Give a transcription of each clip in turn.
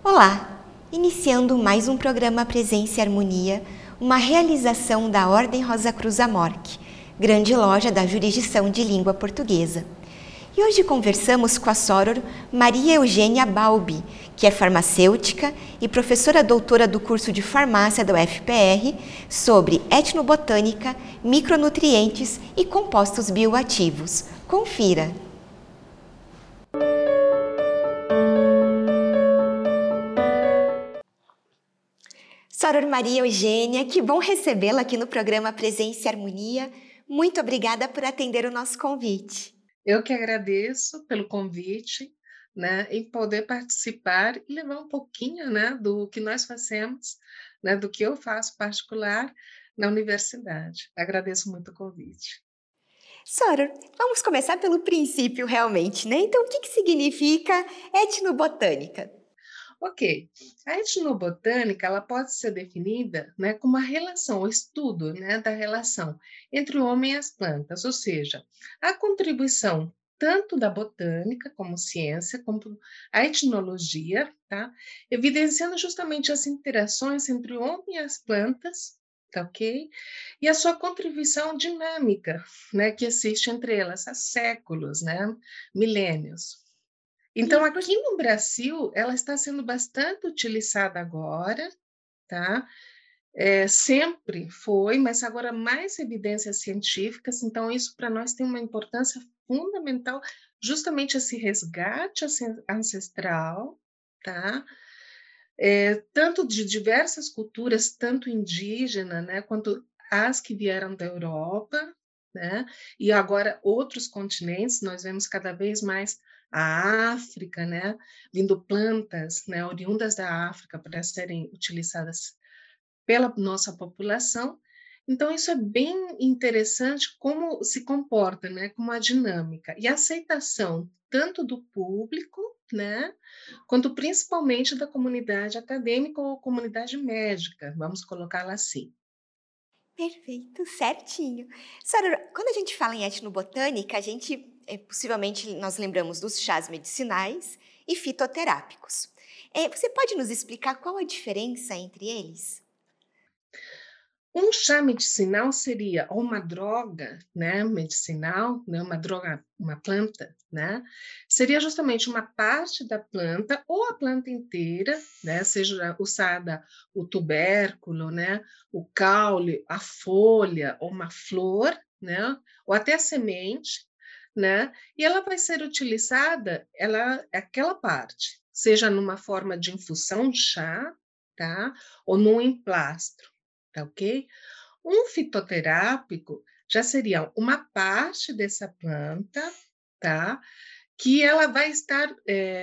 Olá! Iniciando mais um programa Presença e Harmonia, uma realização da Ordem Rosa Cruz Amorque, grande loja da jurisdição de língua portuguesa. E hoje conversamos com a Soror Maria Eugênia Balbi, que é farmacêutica e professora doutora do curso de farmácia da UFPR, sobre etnobotânica, micronutrientes e compostos bioativos. Confira! Soror Maria Eugênia, que bom recebê-la aqui no programa Presença e Harmonia. Muito obrigada por atender o nosso convite. Eu que agradeço pelo convite, né, em poder participar e levar um pouquinho, né, do que nós fazemos, né, do que eu faço particular na universidade. Agradeço muito o convite. Soror, vamos começar pelo princípio realmente, né? Então, o que significa etnobotânica? Ok, a etnobotânica ela pode ser definida, né, como a relação, o estudo, né, da relação entre o homem e as plantas, ou seja, a contribuição tanto da botânica como ciência, como a etnologia, tá, evidenciando justamente as interações entre o homem e as plantas, tá ok? E a sua contribuição dinâmica, né, que existe entre elas há séculos, né, milênios. Então, aqui no Brasil, ela está sendo bastante utilizada agora, tá? Sempre foi, mas agora mais evidências científicas, então isso para nós tem uma importância fundamental, justamente esse resgate ancestral, tá? Tanto de diversas culturas, tanto indígena, né, quanto as que vieram da Europa, né, e agora outros continentes, nós vemos cada vez mais a África, né, vindo plantas, né, oriundas da África para serem utilizadas pela nossa população. Então, isso é bem interessante como se comporta, né, como a dinâmica e a aceitação tanto do público, né, quanto principalmente da comunidade acadêmica ou comunidade médica, vamos colocá-la assim. Perfeito, certinho. Soror, quando a gente fala em etnobotânica, possivelmente nós lembramos dos chás medicinais e fitoterápicos. Você pode nos explicar qual a diferença entre eles? Um chá medicinal seria uma droga, né, medicinal, né, uma droga, uma planta, né, seria justamente uma parte da planta ou a planta inteira, né, seja usada o tubérculo, né, o caule, a folha ou uma flor, né, ou até a semente, né, e ela vai ser utilizada, aquela parte, seja numa forma de infusão de chá, tá, ou num emplastro, tá ok? Um fitoterápico já seria uma parte dessa planta, tá? Que ela vai estar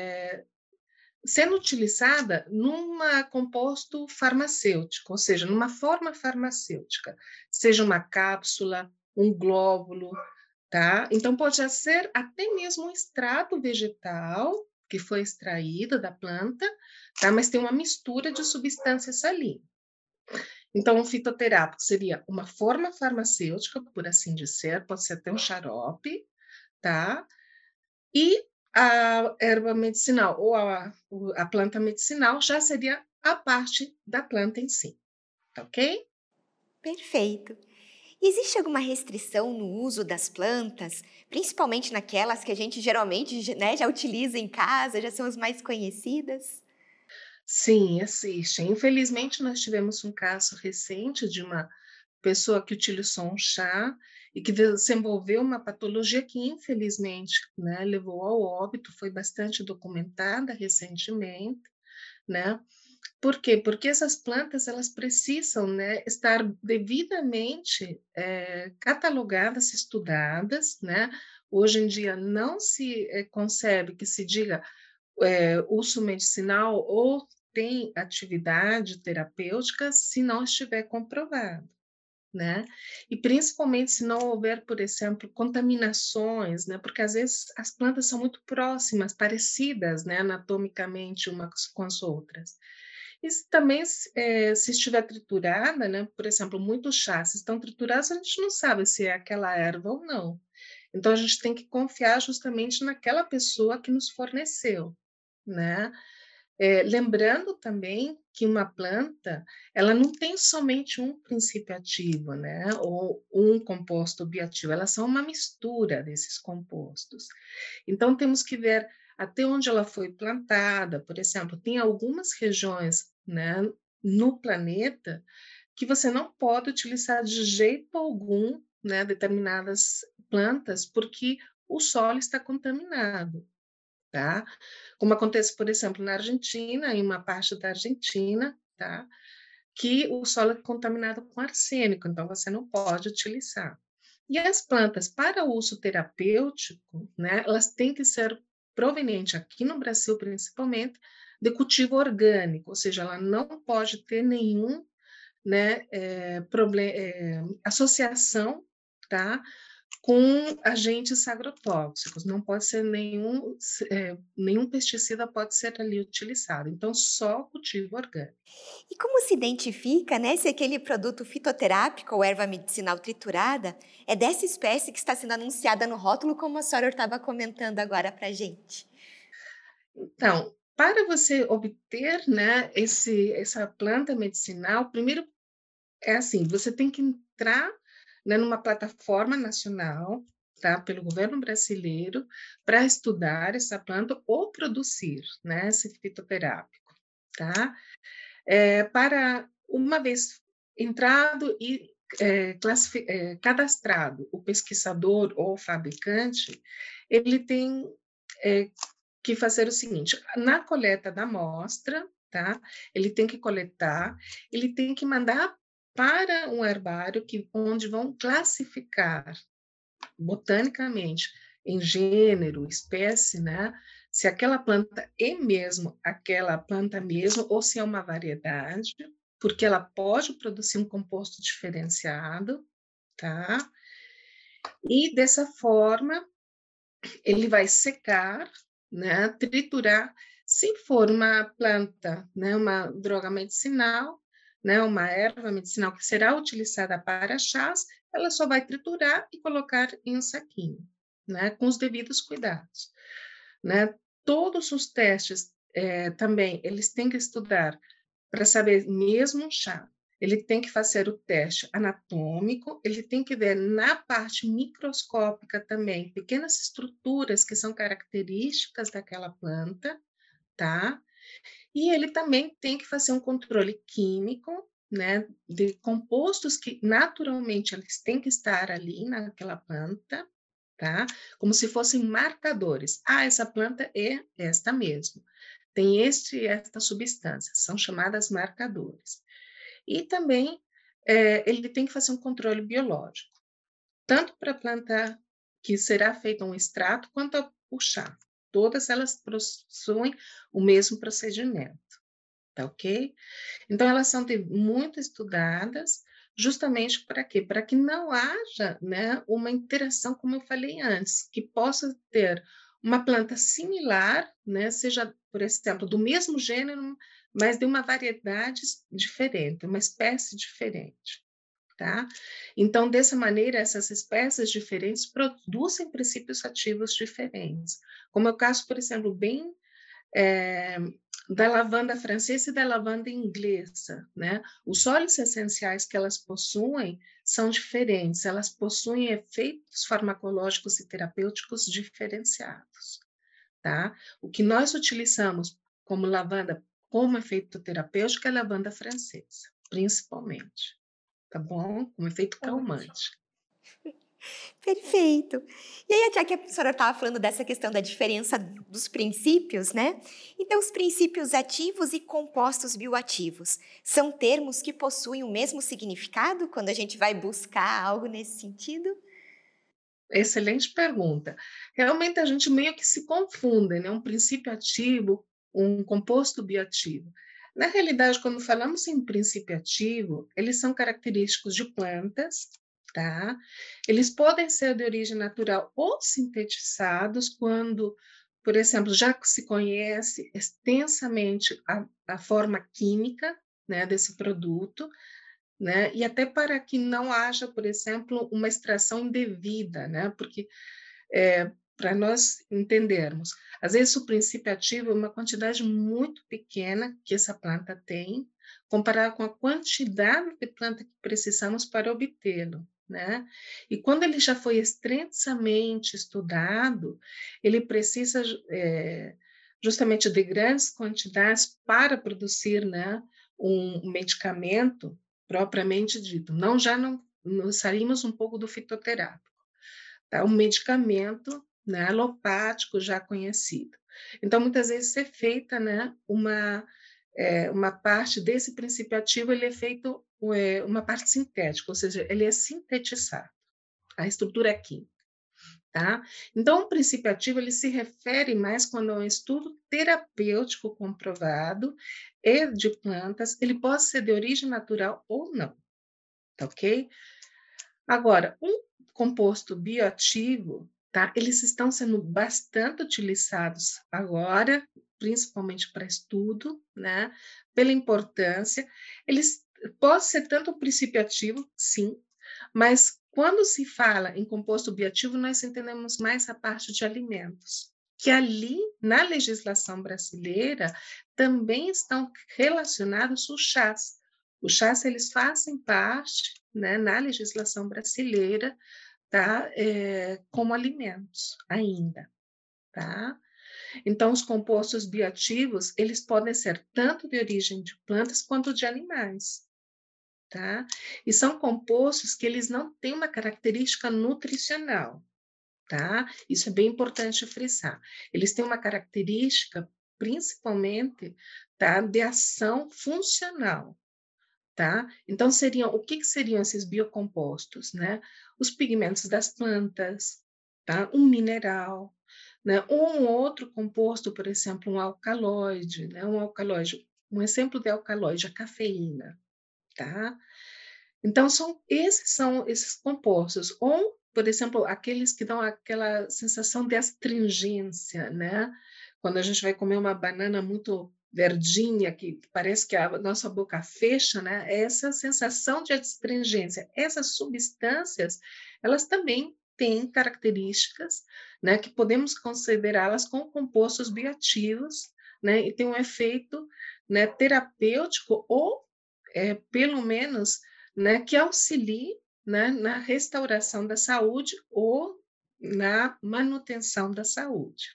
sendo utilizada numa composto farmacêutico, ou seja, numa forma farmacêutica, seja uma cápsula, um glóbulo, tá? Então pode ser até mesmo um extrato vegetal que foi extraído da planta, tá? Mas tem uma mistura de substâncias ali. Então, o fitoterápico seria uma forma farmacêutica, por assim dizer, pode ser até um xarope, tá? E a erva medicinal ou a planta medicinal já seria a parte da planta em si, tá ok? Perfeito. Existe alguma restrição no uso das plantas, principalmente naquelas que a gente geralmente, né, já utiliza em casa, já são as mais conhecidas? Sim, existe. Infelizmente, nós tivemos um caso recente de uma pessoa que utilizou um chá e que desenvolveu uma patologia que, infelizmente, né, levou ao óbito, foi bastante documentada recentemente, né? Por quê? Porque essas plantas elas precisam, né, estar devidamente catalogadas, estudadas, né? Hoje em dia não se concebe que se diga uso medicinal ou tem atividade terapêutica se não estiver comprovado, né? E principalmente se não houver, por exemplo, contaminações, né? Porque às vezes as plantas são muito próximas, parecidas, né, anatomicamente umas com as outras. E se também se estiver triturada, né? Por exemplo, muitos chás estão triturados, a gente não sabe se é aquela erva ou não. Então a gente tem que confiar justamente naquela pessoa que nos forneceu, né? Lembrando também que uma planta, ela não tem somente um princípio ativo, né, ou um composto bioativo, elas são uma mistura desses compostos. Então, temos que ver até onde ela foi plantada. Por exemplo, tem algumas regiões, né, no planeta que você não pode utilizar de jeito algum, né, determinadas plantas, porque o solo está contaminado, tá? Como acontece, por exemplo, na Argentina, em uma parte da Argentina, tá? Que o solo é contaminado com arsênico, então você não pode utilizar. E as plantas para uso terapêutico, né, elas têm que ser provenientes, aqui no Brasil principalmente, de cultivo orgânico, ou seja, ela não pode ter nenhum, né, associação, tá, com agentes agrotóxicos. Não pode ser nenhum pesticida pode ser ali utilizado. Então, só cultivo orgânico. E como se identifica, né, se aquele produto fitoterápico ou erva medicinal triturada é dessa espécie que está sendo anunciada no rótulo, como a senhora estava comentando agora para a gente? Então, para você obter, né, essa planta medicinal, primeiro é assim, você tem que entrar, né, numa plataforma nacional, tá, pelo governo brasileiro, para estudar essa planta ou produzir, né, esse fitoterápico, tá? Para uma vez entrado e cadastrado o pesquisador ou fabricante, ele tem é, que fazer o seguinte: na coleta da amostra, tá? Ele tem que coletar, ele tem que mandar para um herbário onde vão classificar botanicamente em gênero, espécie, né? Se aquela planta é mesmo aquela planta mesmo ou se é uma variedade, porque ela pode produzir um composto diferenciado, tá? E dessa forma ele vai secar, né, triturar. Se for uma planta, né, uma droga medicinal, né, uma erva medicinal que será utilizada para chás, ela só vai triturar e colocar em um saquinho, né, com os devidos cuidados, né? Todos os testes também eles têm que estudar para saber mesmo um chá. Ele tem que fazer o teste anatômico, ele tem que ver na parte microscópica também pequenas estruturas que são características daquela planta, tá? E ele também tem que fazer um controle químico, né, de compostos que naturalmente eles têm que estar ali naquela planta, tá? Como se fossem marcadores. Ah, essa planta é esta mesmo. Tem esta substância, são chamadas marcadores. E também ele tem que fazer um controle biológico, tanto para a planta que será feito um extrato, quanto o chá. Todas elas possuem o mesmo procedimento, tá ok? Então, elas são muito estudadas, justamente para quê? Para que não haja, né, uma interação, como eu falei antes, que possa ter uma planta similar, né, seja, por exemplo, do mesmo gênero, mas de uma variedade diferente, uma espécie diferente, tá? Então, dessa maneira, essas espécies diferentes produzem princípios ativos diferentes, como é o caso, por exemplo, bem é, da lavanda francesa e da lavanda inglesa, né? Os óleos essenciais que elas possuem são diferentes, elas possuem efeitos farmacológicos e terapêuticos diferenciados, tá? O que nós utilizamos como lavanda como efeito terapêutico é a lavanda francesa, principalmente, tá bom? Como efeito calmante. Perfeito. E aí, já que a senhora estava falando dessa questão da diferença dos princípios, né? Então, os princípios ativos e compostos bioativos são termos que possuem o mesmo significado quando a gente vai buscar algo nesse sentido? Excelente pergunta. Realmente a gente meio que se confunde, né? Um princípio ativo, um composto bioativo. Na realidade, quando falamos em princípio ativo, eles são característicos de plantas, tá? Eles podem ser de origem natural ou sintetizados quando, por exemplo, já se conhece extensamente a forma química, né, desse produto, né? E até para que não haja, por exemplo, uma extração indevida, né? Porque para nós entendermos. Às vezes, o princípio ativo é uma quantidade muito pequena que essa planta tem, comparado com a quantidade de planta que precisamos para obtê-lo, né? E quando ele já foi extensamente estudado, ele precisa justamente de grandes quantidades para produzir, né, um medicamento propriamente dito. Não saímos um pouco do fitoterápico, tá? Um medicamento, né, alopático já conhecido. Então, muitas vezes é feita, né, uma parte desse princípio ativo, ele é feito uma parte sintética, ou seja, ele é sintetizado, a estrutura é química. Tá? Então, o princípio ativo ele se refere mais quando é um estudo terapêutico comprovado e de plantas, ele pode ser de origem natural ou não, tá ok? Agora, um composto bioativo, tá? Eles estão sendo bastante utilizados agora, principalmente para estudo, né? Pela importância, eles pode ser tanto o princípio ativo, sim, mas quando se fala em composto bioativo, nós entendemos mais a parte de alimentos, que ali na legislação brasileira também estão relacionados os chás. Os chás eles fazem parte, né, na legislação brasileira, tá, como alimentos ainda, tá? Então, os compostos bioativos eles podem ser tanto de origem de plantas quanto de animais. Tá? E são compostos que eles não têm uma característica nutricional, tá? Isso é bem importante frisar. Eles têm uma característica, principalmente, tá, de ação funcional, tá? Então, o que seriam esses biocompostos, né? Os pigmentos das plantas, tá? Um mineral, né? Um outro composto, por exemplo, um alcaloide, né? Um exemplo de alcaloide, a cafeína, tá? Então, são esses compostos, ou, por exemplo, aqueles que dão aquela sensação de astringência, né? Quando a gente vai comer uma banana muito verdinha, que parece que a nossa boca fecha, né? Essa sensação de astringência, essas substâncias, elas também têm características, né? Que podemos considerá-las como compostos bioativos, né? E tem um efeito, né, terapêutico ou, pelo menos, né, que auxilie, né, na restauração da saúde ou na manutenção da saúde.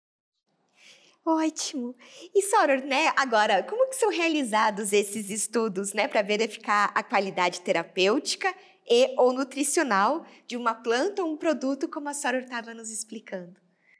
Ótimo. E Soror, né, agora, como que são realizados esses estudos, né, para verificar a qualidade terapêutica e ou nutricional de uma planta ou um produto, como a Soror estava nos explicando?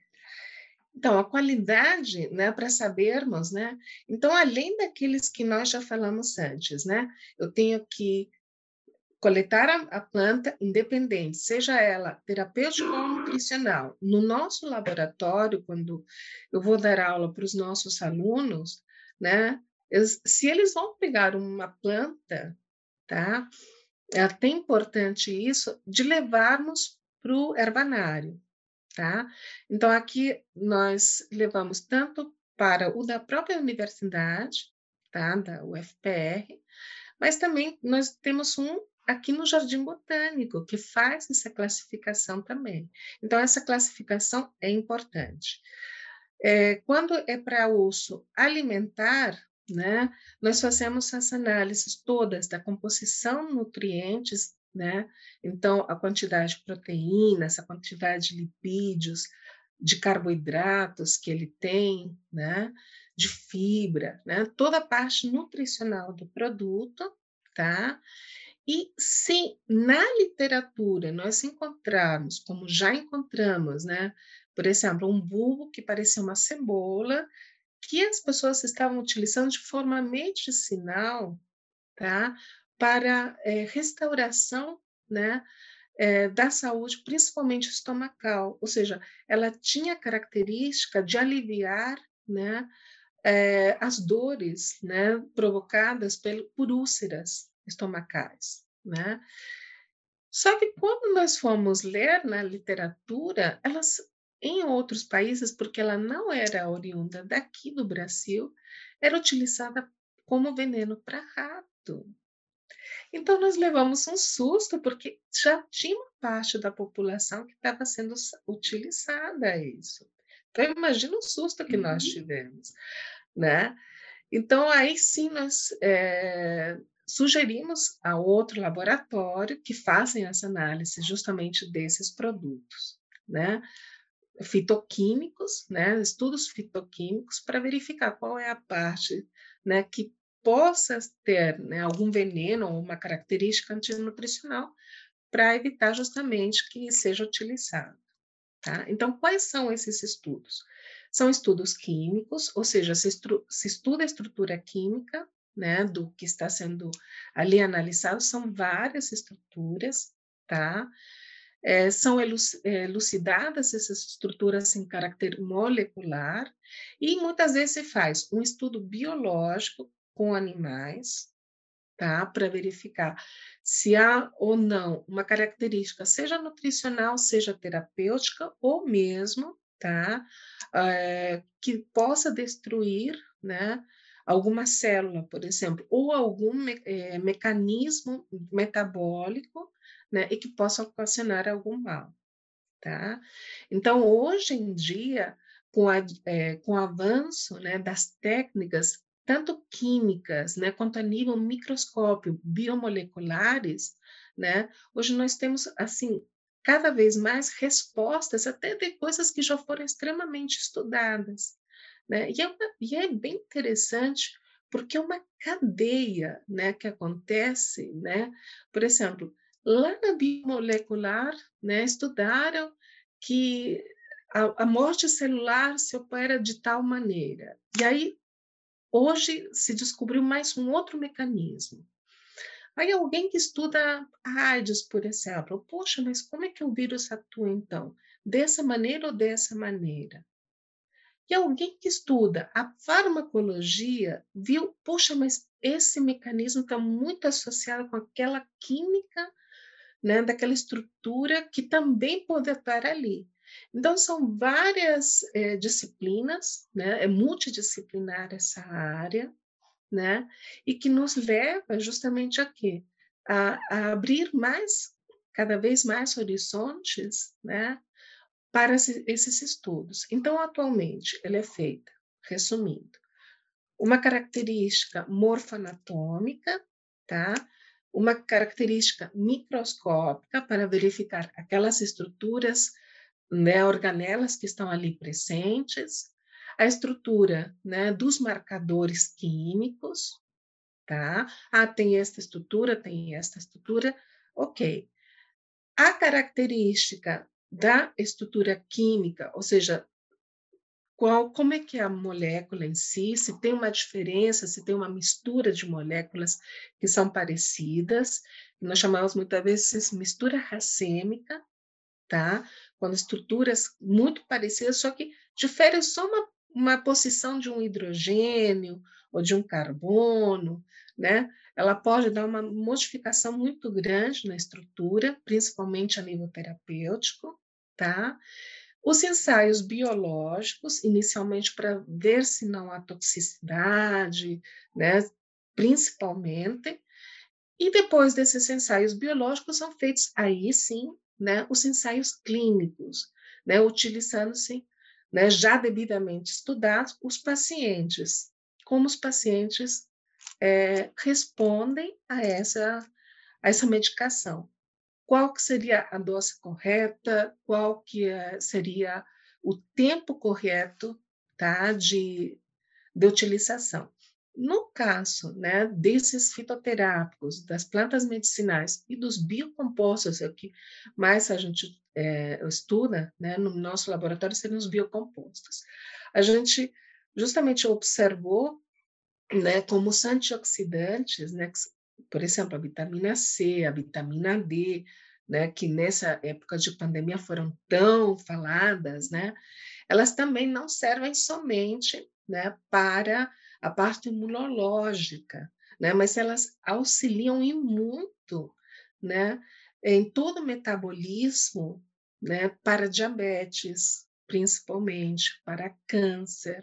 Então, a qualidade, né, para sabermos, né? Então, além daqueles que nós já falamos antes, né? Eu tenho que coletar a planta independente, seja ela terapêutica ou nutricional. No nosso laboratório, quando eu vou dar aula para os nossos alunos, né, se eles vão pegar uma planta, tá, é até importante isso, de levarmos para o herbanário, tá? Então, aqui nós levamos tanto para o da própria universidade, tá, da UFPR, mas também nós temos um aqui no Jardim Botânico, que faz essa classificação também. Então, essa classificação é importante. Quando é para uso alimentar, né, nós fazemos as análises todas da composição de nutrientes, né? Então, a quantidade de proteínas, a quantidade de lipídios, de carboidratos que ele tem, né? De fibra, né? Toda a parte nutricional do produto, tá? E se na literatura nós encontrarmos, como já encontramos, né? Por exemplo, um bulbo que parecia uma cebola, que as pessoas estavam utilizando de forma medicinal, tá? Para restauração, né? Da saúde, principalmente estomacal, ou seja, ela tinha a característica de aliviar, né? As dores, né, provocadas por úlceras estomacais, né? Só que quando nós fomos ler na literatura, elas em outros países, porque ela não era oriunda daqui do Brasil, era utilizada como veneno para rato. Então, nós levamos um susto, porque já tinha uma parte da população que estava sendo utilizada a isso. Então, imagina o susto que nós Uhum. tivemos, né? Então, aí sim, nós sugerimos a outro laboratório que façam essa análise justamente desses produtos, né? Fitoquímicos, né? Estudos fitoquímicos para verificar qual é a parte, né, que possa ter, né, algum veneno ou uma característica antinutricional para evitar justamente que seja utilizado. Tá? Então, quais são esses estudos? São estudos químicos, ou seja, se estuda a estrutura química, né, do que está sendo ali analisado, são várias estruturas, tá? São elucidadas essas estruturas em caráter molecular, e muitas vezes se faz um estudo biológico com animais, tá? Para verificar se há ou não uma característica, seja nutricional, seja terapêutica, ou mesmo, tá? Que possa destruir, né? Alguma célula, por exemplo, ou algum mecanismo metabólico, né? E que possa ocasionar algum mal, tá? Então, hoje em dia, com o avanço, né, das técnicas, tanto químicas, né, quanto a nível microscópio, biomoleculares, né, hoje nós temos, assim, cada vez mais respostas, até de coisas que já foram extremamente estudadas, né? E é bem interessante, porque é uma cadeia, né, que acontece, né? Por exemplo, lá na biomolecular, né, estudaram que a morte celular se opera de tal maneira. E aí, hoje, se descobriu mais um outro mecanismo. Aí alguém que estuda a AIDS, por exemplo, poxa, mas como é que o vírus atua então? Dessa maneira ou dessa maneira? E alguém que estuda a farmacologia viu, poxa, mas esse mecanismo está muito associado com aquela química, né, daquela estrutura que também pode estar ali. Então, são várias disciplinas, né, é multidisciplinar essa área, né, e que nos leva justamente a quê? A abrir mais, cada vez mais horizontes, né, para esses estudos. Então, atualmente, ele é feita, resumindo, uma característica morfoanatômica, tá? Uma característica microscópica para verificar aquelas estruturas, né, organelas que estão ali presentes, a estrutura, né, dos marcadores químicos, tá? Ah, tem esta estrutura, ok. A característica da estrutura química, ou seja, como é que é a molécula em si, se tem uma diferença, se tem uma mistura de moléculas que são parecidas, nós chamamos muitas vezes de mistura racêmica, tá? Quando estruturas muito parecidas, só que diferem só uma posição de um hidrogênio ou de um carbono, né? Ela pode dar uma modificação muito grande na estrutura, principalmente a nível terapêutico, tá? Os ensaios biológicos, inicialmente para ver se não há toxicidade, né, principalmente, e depois desses ensaios biológicos são feitos, aí sim, né, os ensaios clínicos, né, utilizando-se, né, já devidamente estudados, os pacientes, como os pacientes respondem a essa medicação. Qual que seria a dose correta, qual que seria o tempo correto, tá, de utilização. No caso, né, desses fitoterápicos, das plantas medicinais e dos biocompostos, é o que mais a gente estuda, né, no nosso laboratório, seriam os biocompostos. A gente justamente observou, né, como os antioxidantes, né, por exemplo, a vitamina C, a vitamina D, né, que nessa época de pandemia foram tão faladas, né, elas também não servem somente, né, para a parte imunológica, né, mas elas auxiliam e muito, né, em todo o metabolismo, né, para diabetes, principalmente para câncer,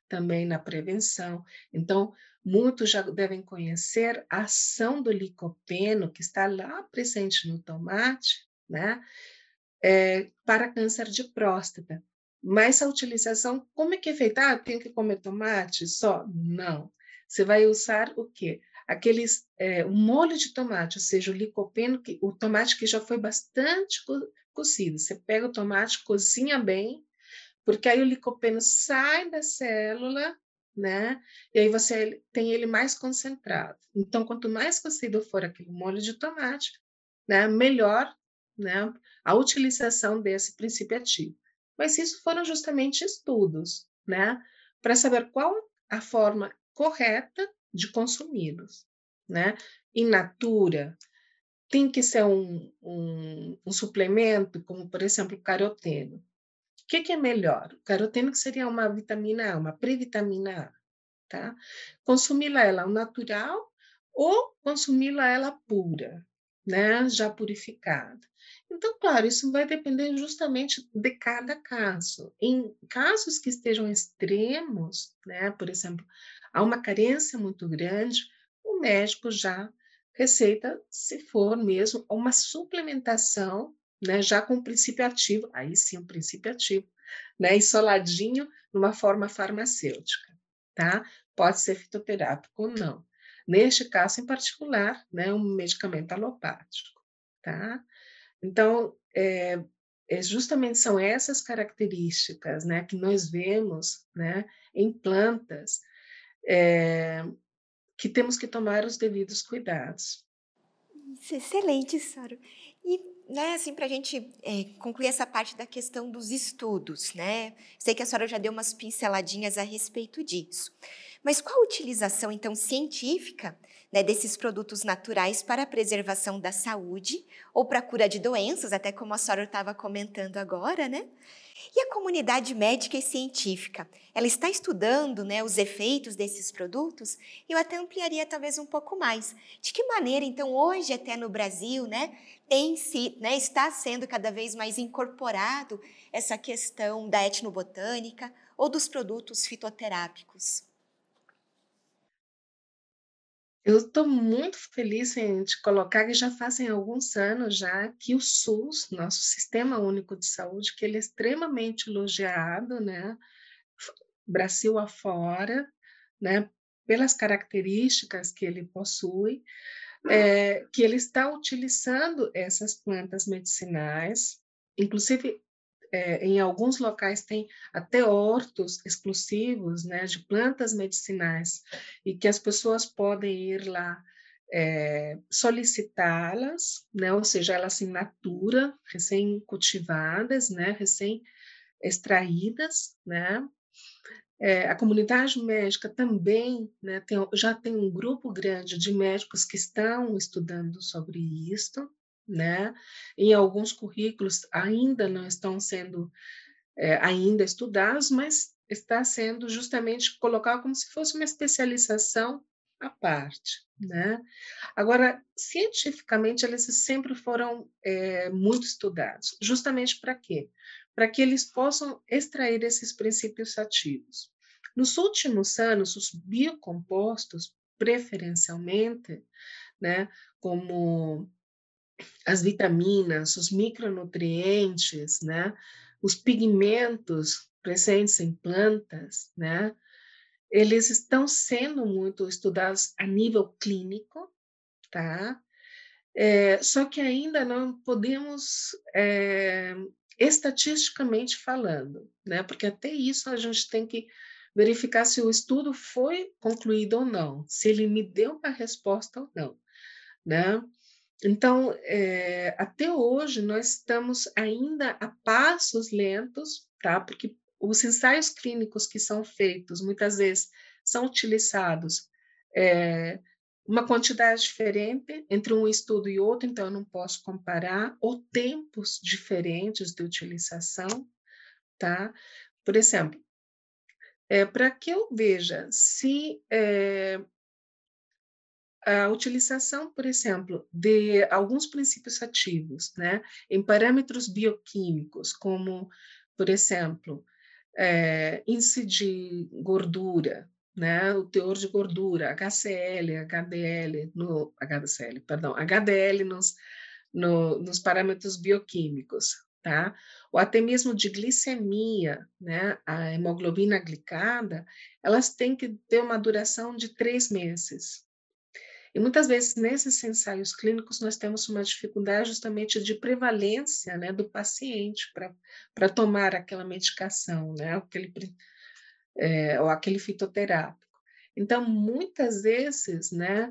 também na prevenção. Então, muitos já devem conhecer a ação do licopeno, que está lá presente no tomate, né, para câncer de próstata. Mas a utilização, como é que é feita? Ah, eu tenho que comer tomate só? Não. Você vai usar o quê? O molho de tomate, ou seja, o licopeno, o tomate que já foi bastante cozido. Você pega o tomate, cozinha bem, porque aí o licopeno sai da célula, né? E aí você tem ele mais concentrado. Então, quanto mais cozido for aquele molho de tomate, né, melhor, né, a utilização desse princípio ativo. Mas isso foram justamente estudos, né, para saber qual a forma correta de consumi-los, né? In natura, tem que ser um suplemento, como, por exemplo, o caroteno. O que é melhor? O caroteno que seria uma vitamina A, uma previtamina A, tá? Consumi-la ela ao natural ou consumi-la ela pura, né? Já purificada. Então, claro, isso vai depender justamente de cada caso. Em casos que estejam extremos, né? Por exemplo, há uma carência muito grande, o médico já receita, se for mesmo, uma suplementação, né, já com o princípio ativo, aí sim, o princípio ativo, né, isoladinho numa forma farmacêutica, tá? Pode ser fitoterápico ou não. Neste caso em particular, né, um medicamento alopático, tá? Então, justamente são essas características, né, que nós vemos, né, em plantas, que temos que tomar os devidos cuidados. Isso, excelente, Saro. E, né, assim, para a gente concluir essa parte da questão dos estudos, né? Sei que a senhora já deu umas pinceladinhas a respeito disso. Mas qual a utilização, então, científica, né, desses produtos naturais para a preservação da saúde ou para a cura de doenças, até como a senhora estava comentando agora, né? E a comunidade médica e científica, ela está estudando, né, os efeitos desses produtos? Eu até ampliaria talvez um pouco mais. De que maneira, então, hoje até no Brasil, né, está sendo cada vez mais incorporado essa questão da etnobotânica ou dos produtos fitoterápicos? Eu estou muito feliz em te colocar que já fazem alguns anos já que o SUS, nosso Sistema Único de Saúde, que ele é extremamente elogiado, né, Brasil afora, né, pelas características que ele possui, que ele está utilizando essas plantas medicinais, inclusive em alguns locais tem até hortos exclusivos, né, de plantas medicinais, e que as pessoas podem ir lá solicitá-las, né, ou seja, elas in natura, recém-cultivadas, né, recém-extraídas, né. A comunidade médica também, né, já tem um grupo grande de médicos que estão estudando sobre isto, né. Em alguns currículos ainda não estão sendo ainda estudados, mas está sendo justamente colocado como se fosse uma especialização à parte, né? Agora, cientificamente, eles sempre foram muito estudados, justamente para quê? Para que eles possam extrair esses princípios ativos. Nos últimos anos, os biocompostos, preferencialmente, né, como as vitaminas, os micronutrientes, né, os pigmentos presentes em plantas, né, eles estão sendo muito estudados a nível clínico, tá? Só que ainda não podemos, estatisticamente falando, né? Porque até isso a gente tem que verificar se o estudo foi concluído ou não, se ele me deu uma resposta ou não, né? Então, até hoje, nós estamos ainda a passos lentos, tá? Porque os ensaios clínicos que são feitos, muitas vezes, são utilizados uma quantidade diferente entre um estudo e outro, então eu não posso comparar, ou tempos diferentes de utilização, tá? Por exemplo, para que eu veja se a utilização, por exemplo, de alguns princípios ativos, né, em parâmetros bioquímicos, como, por exemplo, índice de gordura, né, o teor de gordura, HCl, HDL, no HCl, perdão, HDL nos parâmetros bioquímicos, tá? Ou até mesmo de glicemia, né, a hemoglobina glicada, elas têm que ter uma duração de 3 meses. E muitas vezes, nesses ensaios clínicos, nós temos uma dificuldade justamente de prevalência, né, do paciente para tomar aquela medicação, né, ou aquele fitoterápico. Então, muitas vezes, né,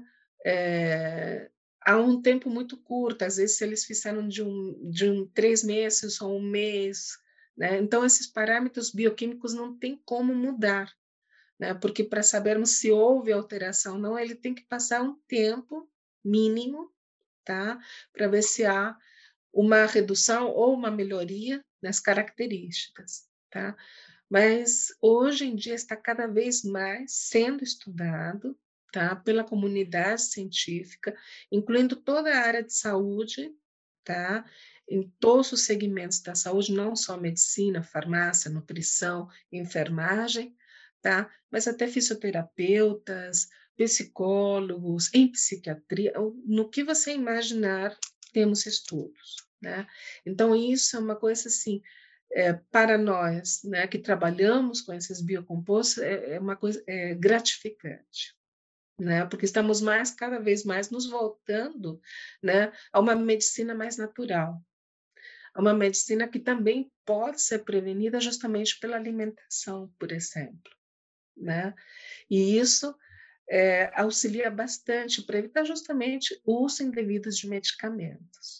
há um tempo muito curto, às vezes, se eles fizeram de 3 meses ou 1 mês, né, então, esses parâmetros bioquímicos não tem como mudar, né? Porque para sabermos se houve alteração ou não, ele tem que passar um tempo mínimo, tá? Para ver se há uma redução ou uma melhoria nas características, tá? Mas hoje em dia está cada vez mais sendo estudado, tá? Pela comunidade científica, incluindo toda a área de saúde, tá? Em todos os segmentos da saúde, não só medicina, farmácia, nutrição, enfermagem, tá? Mas até fisioterapeutas, psicólogos, em psiquiatria, no que você imaginar, temos estudos, né? Então, isso é uma coisa assim, para nós, né, que trabalhamos com esses biocompostos, é uma coisa gratificante, né? Porque estamos cada vez mais nos voltando, né, a uma medicina mais natural, a uma medicina que também pode ser prevenida justamente pela alimentação, por exemplo, né? E isso auxilia bastante para evitar justamente o uso indevido de medicamentos.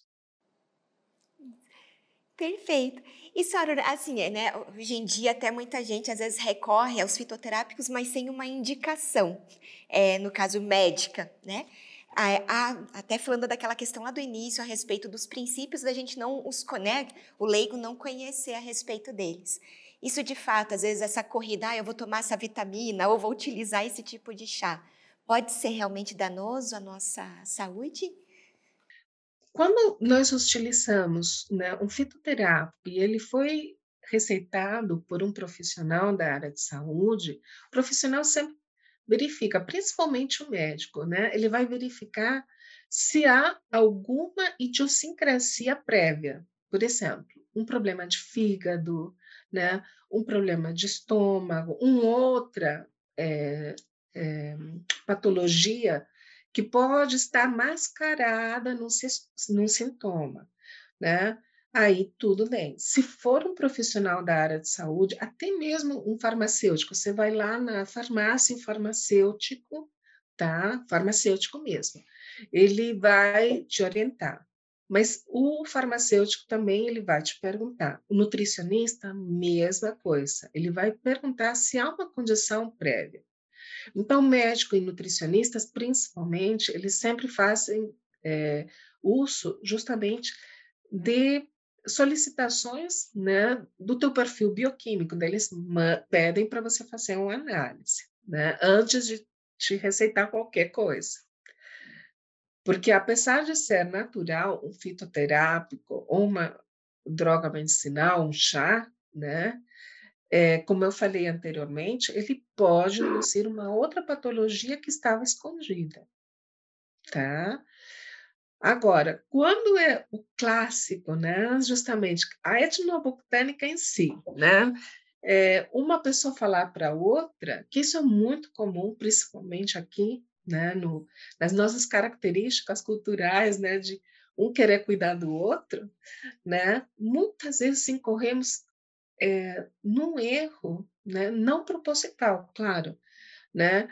Perfeito. E senhora, assim, né, hoje em dia até muita gente às vezes recorre aos fitoterápicos, mas sem uma indicação, no caso médica, né? Até falando daquela questão lá do início a respeito dos princípios da gente não os conhece, o leigo não conhecer a respeito deles. Isso de fato, às vezes essa corrida, eu vou tomar essa vitamina ou vou utilizar esse tipo de chá, pode ser realmente danoso à nossa saúde? Quando nós utilizamos, né, um fitoterápico e ele foi receitado por um profissional da área de saúde, o profissional sempre verifica, principalmente o médico, né? Ele vai verificar se há alguma idiosincrasia prévia. Por exemplo, um problema de fígado, né? Um problema de estômago, outra eh, eh, patologia que pode estar mascarada num sintoma, né? Aí tudo bem. Se for um profissional da área de saúde, até mesmo um farmacêutico, você vai lá na farmácia e o farmacêutico, tá? Farmacêutico mesmo. Ele vai te orientar. Mas o farmacêutico também ele vai te perguntar. O nutricionista, mesma coisa. Ele vai perguntar se há uma condição prévia. Então, médico e nutricionistas, principalmente, eles sempre fazem uso justamente de solicitações, né, do teu perfil bioquímico, daí eles pedem para você fazer uma análise, né, antes de te receitar qualquer coisa. Porque apesar de ser natural, um fitoterápico ou uma droga medicinal, um chá, né, como eu falei anteriormente, ele pode induzir uma outra patologia que estava escondida, tá? Agora, quando é o clássico, né, justamente a etnobotânica em si, né, uma pessoa falar para outra, que isso é muito comum, principalmente aqui, né, nas nossas características culturais, né, de um querer cuidar do outro, né, muitas vezes incorremos num erro, né, não proposital, claro, né,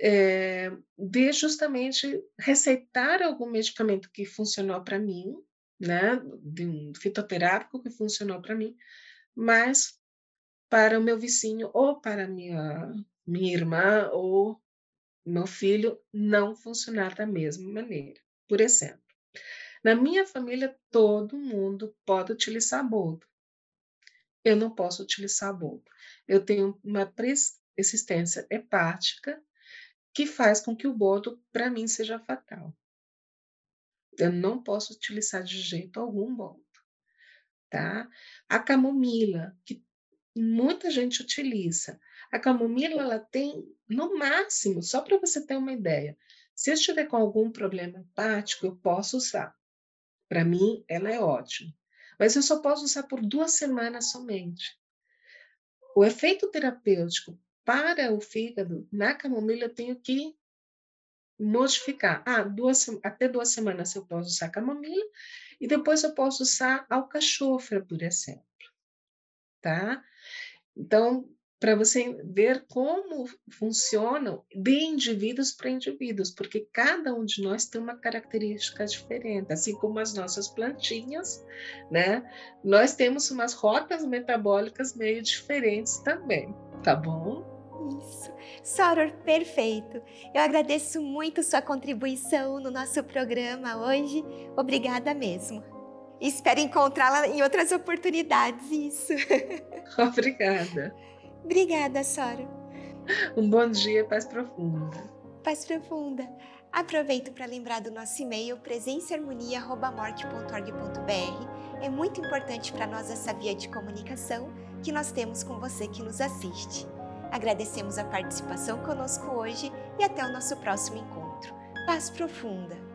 de justamente receitar algum medicamento que funcionou para mim, né, de um fitoterápico que funcionou para mim, mas para o meu vizinho ou para minha irmã ou meu filho não funcionar da mesma maneira. Por exemplo, na minha família todo mundo pode utilizar boldo. Eu não posso utilizar boldo. Eu tenho uma persistência hepática que faz com que o boldo, para mim, seja fatal. Eu não posso utilizar de jeito algum boldo, tá? A camomila, que muita gente utiliza. A camomila, ela tem, no máximo, só para você ter uma ideia, se eu estiver com algum problema hepático, eu posso usar. Para mim, ela é ótima. Mas eu só posso usar por 2 semanas somente. O efeito terapêutico para o fígado, na camomila, eu tenho que modificar. Até 2 semanas eu posso usar camomila, e depois eu posso usar alcachofra, por exemplo, tá? Então, para você ver como funcionam de indivíduos para indivíduos, porque cada um de nós tem uma característica diferente, assim como as nossas plantinhas, né? Nós temos umas rotas metabólicas meio diferentes também, tá bom? Isso. Soror, perfeito. Eu agradeço muito sua contribuição no nosso programa hoje. Obrigada mesmo. Espero encontrá-la em outras oportunidades, isso. Obrigada. Obrigada, Soror. Um bom dia, paz profunda. Paz profunda. Aproveito para lembrar do nosso e-mail presenciaharmonia@morte.org.br. É muito importante para nós essa via de comunicação que nós temos com você que nos assiste. Agradecemos a participação conosco hoje e até o nosso próximo encontro. Paz profunda.